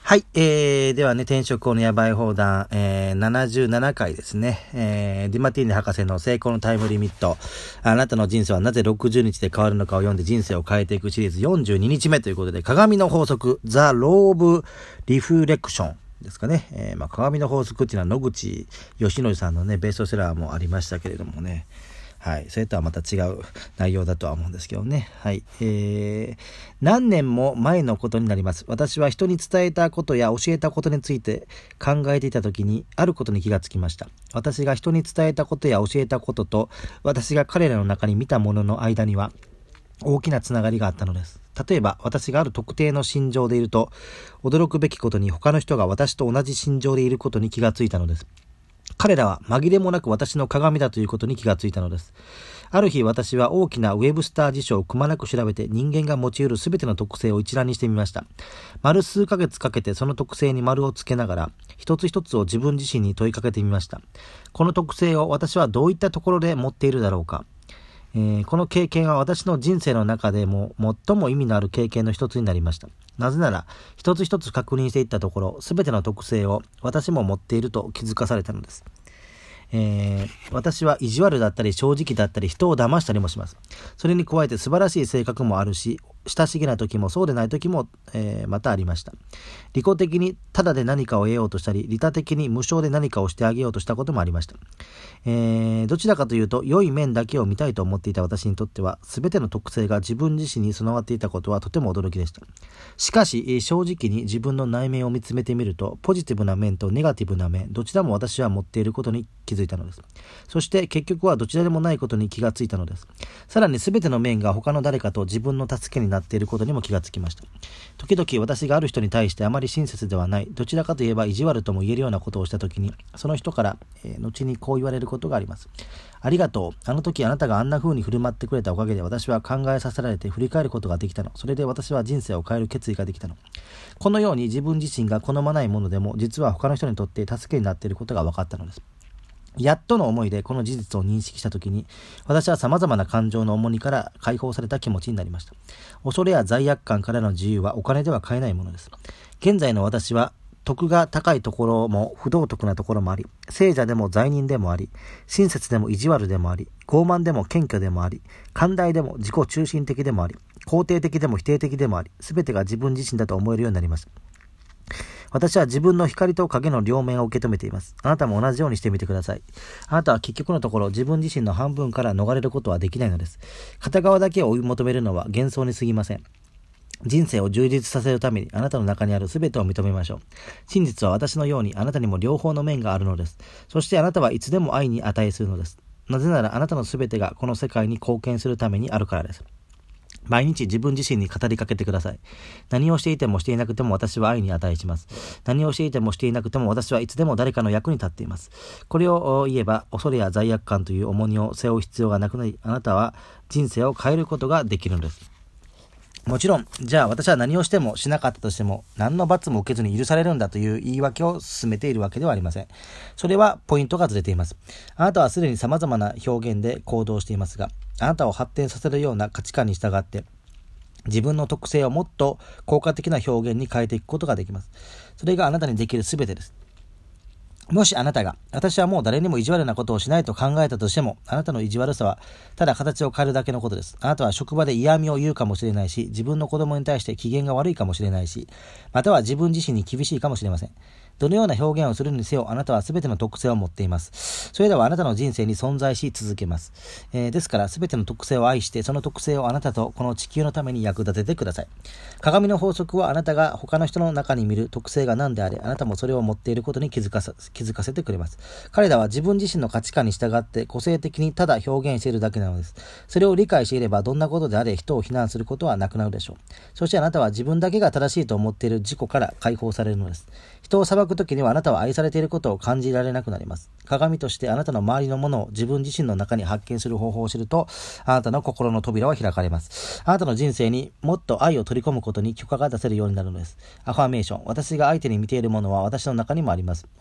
はい、ではね、転職後のやばい放談、77回ですね。ディマティーニ博士の成功のタイムリミット。あなたの人生はなぜ60日で変わるのかを読んで人生を変えていくシリーズ42日目ということで、鏡の法則、The Law of Reflectionですかね。鏡の法則っていうのは野口義則さんのね、ベストセラーもありましたけれどもね。はい。それとはまた違う内容だとは思うんですけどね。はい。何年も前のことになります。私は人に伝えたことや教えたことについて考えていたときに、あることに気がつきました。私が人に伝えたことや教えたことと、私が彼らの中に見たものの間には、大きなつながりがあったのです。例えば、私がある特定の心情でいると、驚くべきことに他の人が私と同じ心情でいることに気がついたのです。彼らは紛れもなく私の鏡だということに気がついたのです。ある日私は大きなウェブスター辞書をくまなく調べて人間が持ち得るすべての特性を一覧にしてみました。丸数ヶ月かけてその特性に丸をつけながら一つ一つを自分自身に問いかけてみました。この特性を私はどういったところで持っているだろうか。この経験は私の人生の中でも最も意味のある経験の一つになりました。なぜなら一つ一つ確認していったところすべての特性を私も持っていると気づかされたのです。私は意地悪だったり正直だったり人を騙したりもします。それに加えて素晴らしい性格もあるし、親しげな時もそうでない時も、またありました。利己的にただで何かを得ようとしたり、利他的に無償で何かをしてあげようとしたこともありました。どちらかというと良い面だけを見たいと思っていた私にとっては、すべての特性が自分自身に備わっていたことはとても驚きでした。しかし、正直に自分の内面を見つめてみると、ポジティブな面とネガティブな面、どちらも私は持っていることに気づいたのです。そして結局はどちらでもないことに気がついたのです。さらに全ての面が他の誰かと自分の助けになっていることにも気がつきました。時々私がある人に対してあまり親切ではない、どちらかといえば意地悪とも言えるようなことをしたときに、その人から、後にこう言われることがあります。ありがとう。あの時あなたがあんな風に振る舞ってくれたおかげで私は考えさせられて振り返ることができたの。それで私は人生を変える決意ができたの。このように自分自身が好まないものでも実は他の人にとって助けになっていることが分かったのです。やっとの思いでこの事実を認識したときに、私は様々な感情の重荷から解放された気持ちになりました。恐れや罪悪感からの自由はお金では買えないものです。現在の私は、徳が高いところも不道徳なところもあり、聖者でも罪人でもあり、親切でも意地悪でもあり、傲慢でも謙虚でもあり、寛大でも自己中心的でもあり、肯定的でも否定的でもあり、すべてが自分自身だと思えるようになりました。私は自分の光と影の両面を受け止めています。あなたも同じようにしてみてください。あなたは結局のところ自分自身の半分から逃れることはできないのです。片側だけを追い求めるのは幻想に過ぎません。人生を充実させるためにあなたの中にあるすべてを認めましょう。真実は私のようにあなたにも両方の面があるのです。そしてあなたはいつでも愛に値するのです。なぜならあなたのすべてがこの世界に貢献するためにあるからです。毎日自分自身に語りかけてください。何をしていてもしていなくても私は愛に値します。何をしていてもしていなくても私はいつでも誰かの役に立っています。これを言えば恐れや罪悪感という重荷を背負う必要がなくなり、あなたは人生を変えることができるのです。もちろん、じゃあ私は何をしてもしなかったとしても何の罰も受けずに許されるんだという言い訳を進めているわけではありません。それはポイントがずれています。あなたはすでに様々な表現で行動していますが、あなたを発展させるような価値観に従って自分の特性をもっと効果的な表現に変えていくことができます。それがあなたにできるすべてです。もしあなたが、私はもう誰にも意地悪なことをしないと考えたとしても、あなたの意地悪さは、ただ形を変えるだけのことです。あなたは職場で嫌味を言うかもしれないし、自分の子供に対して機嫌が悪いかもしれないし、または自分自身に厳しいかもしれません。どのような表現をするにせよ、あなたは全ての特性を持っています。それではあなたの人生に存在し続けます。ですから全ての特性を愛して、その特性をあなたとこの地球のために役立ててください。鏡の法則はあなたが他の人の中に見る特性が何であれ、あなたもそれを持っていることに気づかせてくれます。彼らは自分自身の価値観に従って個性的にただ表現しているだけなのです。それを理解していればどんなことであれ人を非難することはなくなるでしょう。そしてあなたは自分だけが正しいと思っている自己から解放されるのです。人を裁くときにはあなたは愛されていることを感じられなくなります。鏡としてあなたの周りのものを自分自身の中に発見する方法を知ると、あなたの心の扉は開かれます。あなたの人生にもっと愛を取り込むことに許可が出せるようになるのです。アファーメーション。私が相手に見ているものは私の中にもあります。私に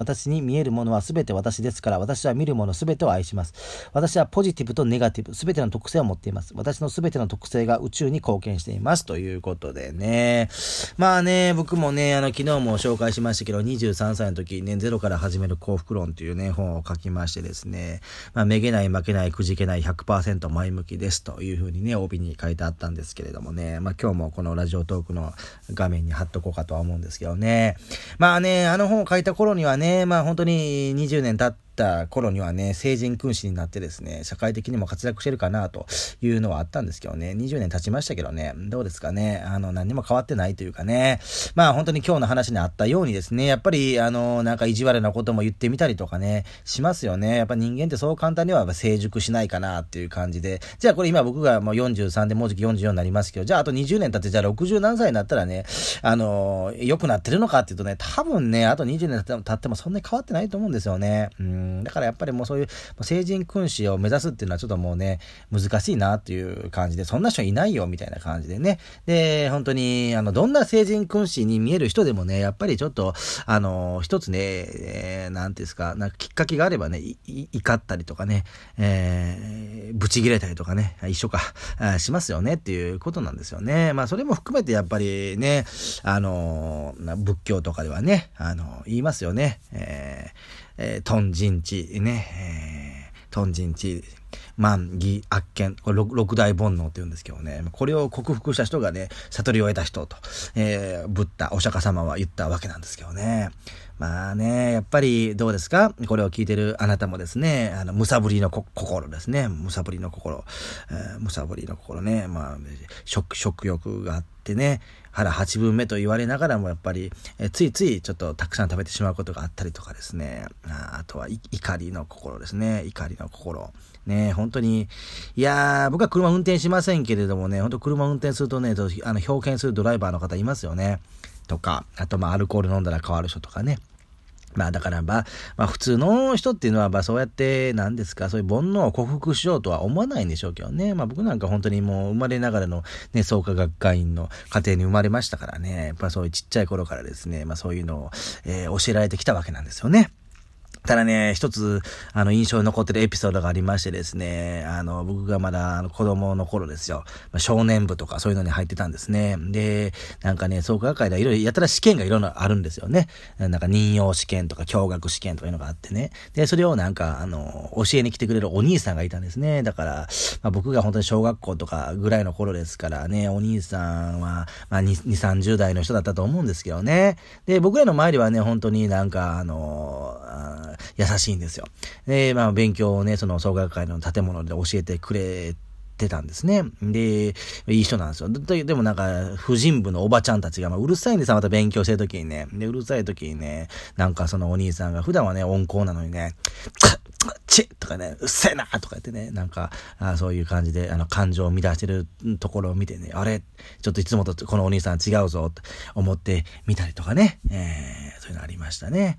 見えるものは全て私ですから、私は見るもの全てを愛します。私はポジティブとネガティブ、全ての特性を持っています。私の全ての特性が宇宙に貢献しています。ということでね。まあね、僕もね、昨日も紹介しましたけど、23歳の時にね、ゼロから始める幸福論というね、本を書きましてですね、めげない、負けない、くじけない、100% 前向きですというふうにね、帯に書いてあったんですけれどもね、今日もこのラジオトークの画面に貼っとこうかとは思うんですけどね。まあね、本を書いた頃にはね、本当に20年経った頃にはね、聖人君子になってですね、社会的にも活躍してるかなというのはあったんですけどね、20年経ちましたけどね、どうですかね、何にも変わってないというかね、本当に今日の話にあったようにですね、やっぱりなんか意地悪なことも言ってみたりとかね、しますよね。やっぱ人間ってそう簡単には成熟しないかなっていう感じで、じゃあこれ今僕がもう43でもうじき44になりますけど、じゃああと20年経ってじゃあ60何歳になったらね、良くなってるのかっていうとね、多分ね、あと20年経ってもそんなに変わってないと思うんですよね。だからやっぱりもうそういう聖人君子を目指すっていうのはちょっともうね、難しいなっていう感じで、そんな人いないよみたいな感じでね。で、本当に、どんな聖人君子に見える人でもね、やっぱりちょっと、一つね、なんていうんですか、なんかきっかけがあればね、怒ったりとかね、ブチ切れたりとかね、一緒か、しますよねっていうことなんですよね。それも含めてやっぱりね、仏教とかではね、言いますよね。頓人知ね、頓人知、慢、疑、悪見、これ六大煩悩って言うんですけどね、これを克服した人がね、悟りを得た人と、ブッダ、お釈迦様は言ったわけなんですけどね。やっぱりどうですか？これを聞いてるあなたもですね、むさぶりの心ですね。むさぶりの心。むさぶりの心ね。食欲があってね、腹8分目と言われながらもやっぱり、ついついちょっとたくさん食べてしまうことがあったりとかですね。あとは怒りの心ですね。怒りの心。ね、本当に、いやー、僕は車運転しませんけれどもね、本当車運転するとね、表現するドライバーの方いますよね。とか、あとアルコール飲んだら変わる人とかね。だから普通の人っていうのはそうやって何ですか、そういう煩悩を克服しようとは思わないんでしょうけどね。僕なんか本当にもう生まれながらのね、創価学会員の家庭に生まれましたからね。やっぱそういうちっちゃい頃からですね、そういうのを、教えられてきたわけなんですよね。ただね、一つ、印象に残ってるエピソードがありましてですね、僕がまだ、子供の頃ですよ。少年部とかそういうのに入ってたんですね。で、なんかね、創価学会でいろいろ、やたら試験がいろいろあるんですよね。なんか任用試験とか教学試験とかいうのがあってね。で、それをなんか、教えに来てくれるお兄さんがいたんですね。だから、僕が本当に小学校とかぐらいの頃ですからね、お兄さんは、2、30代の人だったと思うんですけどね。で、僕らの前ではね、本当になんか、優しいんですよ。で、勉強をね、その創価学会の建物で教えてくれてたんですね。で、いい人なんですよ。でもなんか、婦人部のおばちゃんたちが、うるさいんですよ、また勉強してるときにね。で、うるさいときにね、なんかそのお兄さんが、普段はね、温厚なのにね、チッとかね、うっせえなとか言ってね、なんか、そういう感じで、感情を乱してるところを見てね、あれ、ちょっといつもとこのお兄さん違うぞ、と思ってみたりとかね、そういうのありましたね。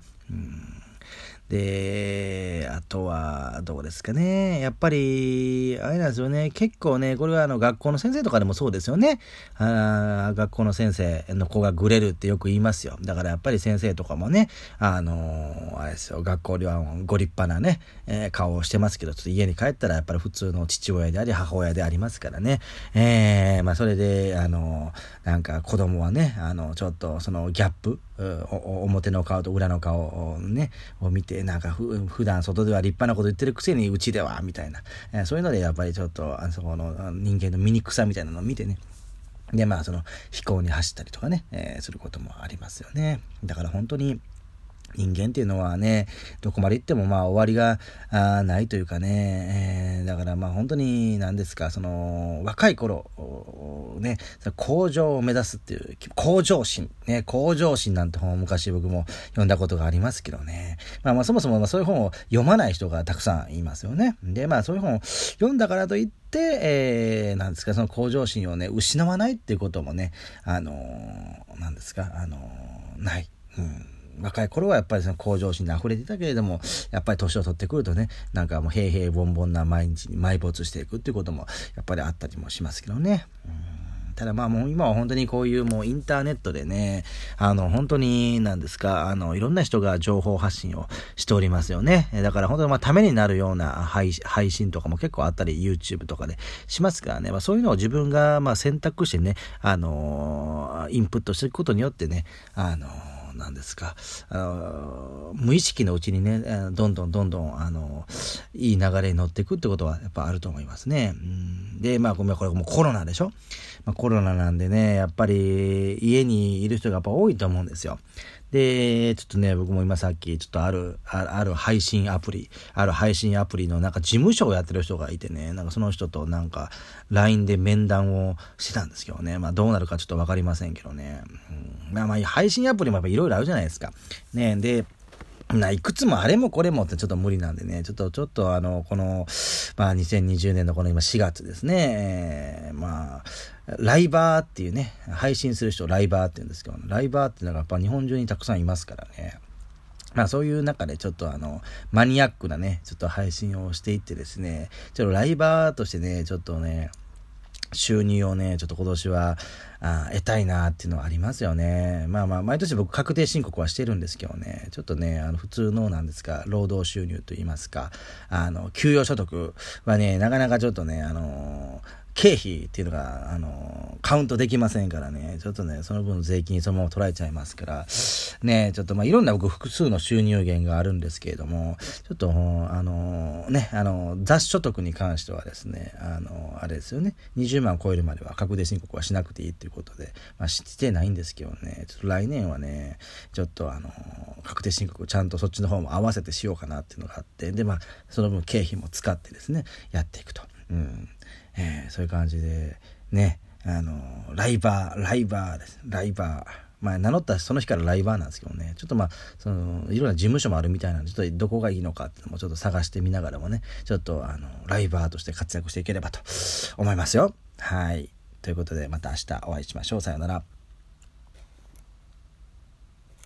で、あとは、どうですかね。やっぱり、あれなんですよね。結構ね、これは学校の先生とかでもそうですよね。学校の先生の子がグレるってよく言いますよ。だからやっぱり先生とかもね、あれですよ、学校ではご立派なね、顔をしてますけど、ちょっと家に帰ったらやっぱり普通の父親であり母親でありますからね。それで、なんか子供はね、ちょっとそのギャップ、表の顔と裏の顔をね、を見て、なんか普段外では立派なこと言ってるくせにうちではみたいな、そういうのでやっぱりちょっとそこの人間の醜さみたいなのを見てね、でその非行に走ったりとかね、することもありますよね。だから本当に人間っていうのはね、どこまで行っても終わりがないというかね、だから本当に何ですか、その若い頃ね、向上を目指すっていう向上心ね、向上心なんて本を昔僕も読んだことがありますけどね、そもそもそういう本を読まない人がたくさんいますよね。でそういう本を読んだからといってなんですか、その向上心をね失わないっていうこともね、なんですか、ない。若い頃はやっぱりその向上心に溢れてたけれども、やっぱり年を取ってくるとね、なんかもう平々凡々な毎日に埋没していくっていうこともやっぱりあったりもしますけどね。 ただまあもう今は本当にこういうもうインターネットでね、本当に何ですか、いろんな人が情報発信をしておりますよね。だから本当にまあためになるような配信とかも結構あったり、YouTube とかでしますからね。まあそういうのを自分がまあ選択してね、インプットしていくことによってね、なんですか、無意識のうちにね、どんどんいい流れに乗っていくってことはやっぱあると思いますね。で、まあこれもうコロナでしょ。まあ、コロナなんでね、やっぱり家にいる人がやっぱ多いと思うんですよ。で、ちょっとね、僕も今さっきちょっとある配信アプリのなんか事務所をやってる人がいてね、なんかその人となんか LINE で面談をしてたんですけどね、まあどうなるかちょっとわかりませんけどね。まあ配信アプリもやっぱいろいろあるじゃないですか。ね、で、いくつもあれもこれもってちょっと無理なんでね、ちょっとこの、まあ2020年のこの今4月ですね、まあ、ライバーっていうね、配信する人をライバーって言うんですけど、ライバーっていうのがやっぱ日本中にたくさんいますからね。まあそういう中でちょっとマニアックなね、ちょっと配信をしていってですね、ちょっとライバーとしてね、ちょっとね、収入をね、ちょっと今年は得たいなっていうのはありますよね。まあ毎年僕確定申告はしてるんですけどね、ちょっとね、普通のなんですか、労働収入といいますか、給与所得はね、なかなかちょっとね、経費っていうのが、カウントできませんからね、ちょっとね、その分税金そのまま取られちゃいますから、ね、ちょっとまあいろんな僕複数の収入源があるんですけれども、ちょっと、雑所得に関してはですね、あれですよね、20万超えるまでは確定申告はしなくていいっていうことで、まあしてないんですけどね、ちょっと来年はね、ちょっと確定申告ちゃんとそっちの方も合わせてしようかなっていうのがあって、でまあその分経費も使ってですね、やっていくと。そういう感じでね、ライバーです。ライバー。まあ名乗ったその日からライバーなんですけどね、ちょっとまあいろんな事務所もあるみたいなんで、ちょっとどこがいいのかっていうのもちょっと探してみながらもね、ちょっとライバーとして活躍していければと思いますよ。はい。ということでまた明日お会いしましょう。さようなら。